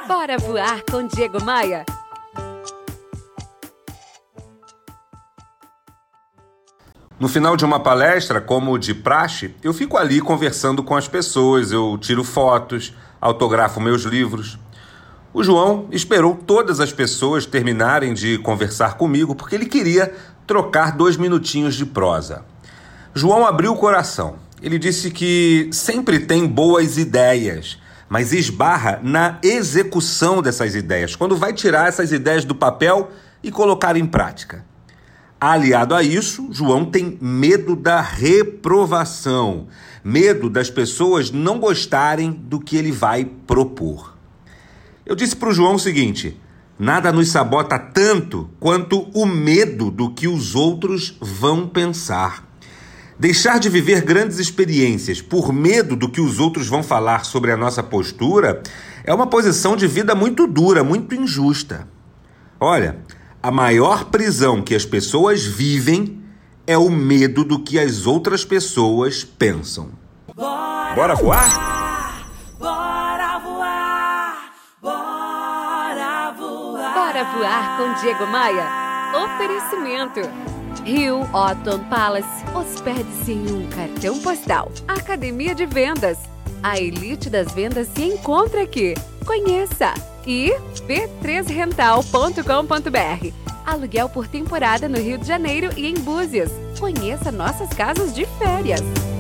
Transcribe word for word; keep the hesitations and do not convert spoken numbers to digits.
Bora voar com Diego Maia. No final de uma palestra, como de praxe, eu fico ali conversando com as pessoas, eu tiro fotos, autografo meus livros. O João esperou todas as pessoas terminarem de conversar comigo porque ele queria trocar dois minutinhos de prosa. João abriu o coração. Ele disse que sempre tem boas ideias, mas esbarra na execução dessas ideias, quando vai tirar essas ideias do papel e colocar em prática. Aliado a isso, João tem medo da reprovação, medo das pessoas não gostarem do que ele vai propor. Eu disse para o João o seguinte: nada nos sabota tanto quanto o medo do que os outros vão pensar. Deixar de viver grandes experiências por medo do que os outros vão falar sobre a nossa postura é uma posição de vida muito dura, muito injusta. Olha, a maior prisão que as pessoas vivem é o medo do que as outras pessoas pensam. Bora, Bora voar? Bora voar! Bora voar! Bora voar com Diego Maia. Oferecimento. Rio Otton Palace. Hospede-se em um cartão postal. Academia de Vendas. A elite das vendas se encontra aqui. Conheça! E b três rental ponto com ponto b r. Aluguel por temporada no Rio de Janeiro e em Búzios. Conheça nossas casas de férias.